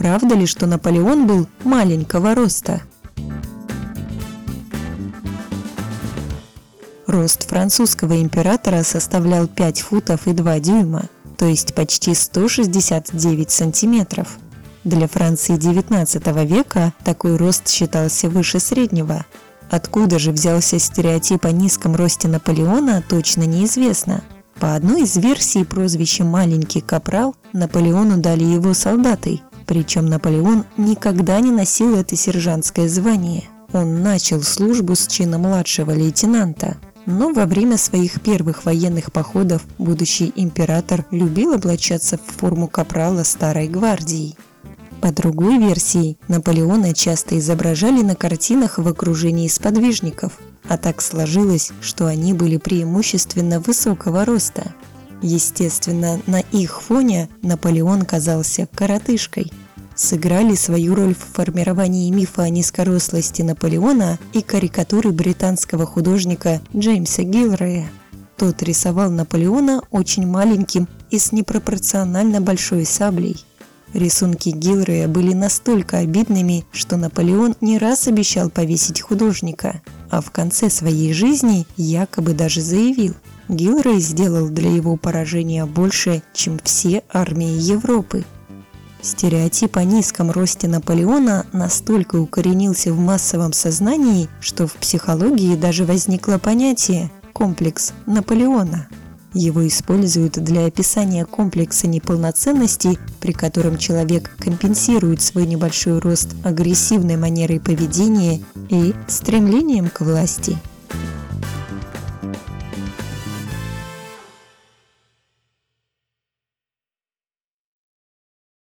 Правда ли, что Наполеон был маленького роста? Рост французского императора составлял 5 футов и 2 дюйма, то есть почти 169 сантиметров. Для Франции XIX века такой рост считался выше среднего. Откуда же взялся стереотип о низком росте Наполеона, точно неизвестно. По одной из версий, прозвище «маленький капрал» Наполеону дали его солдаты, причем Наполеон никогда не носил это сержантское звание. Он начал службу с чина младшего лейтенанта, но во время своих первых военных походов будущий император любил облачаться в форму капрала Старой гвардии. По другой версии, Наполеона часто изображали на картинах в окружении сподвижников, а так сложилось, что они были преимущественно высокого роста. Естественно, на их фоне Наполеон казался коротышкой. Сыграли свою роль в формировании мифа о низкорослости Наполеона и карикатуры британского художника Джеймса Гилроя. Тот рисовал Наполеона очень маленьким и с непропорционально большой саблей. Рисунки Гилроя были настолько обидными, что Наполеон не раз обещал повесить художника, а в конце своей жизни якобы даже заявил: Гилрой сделал для его поражения больше, чем все армии Европы. Стереотип о низком росте Наполеона настолько укоренился в массовом сознании, что в психологии даже возникло понятие «комплекс Наполеона». Его используют для описания комплекса неполноценности, при котором человек компенсирует свой небольшой рост агрессивной манерой поведения и стремлением к власти.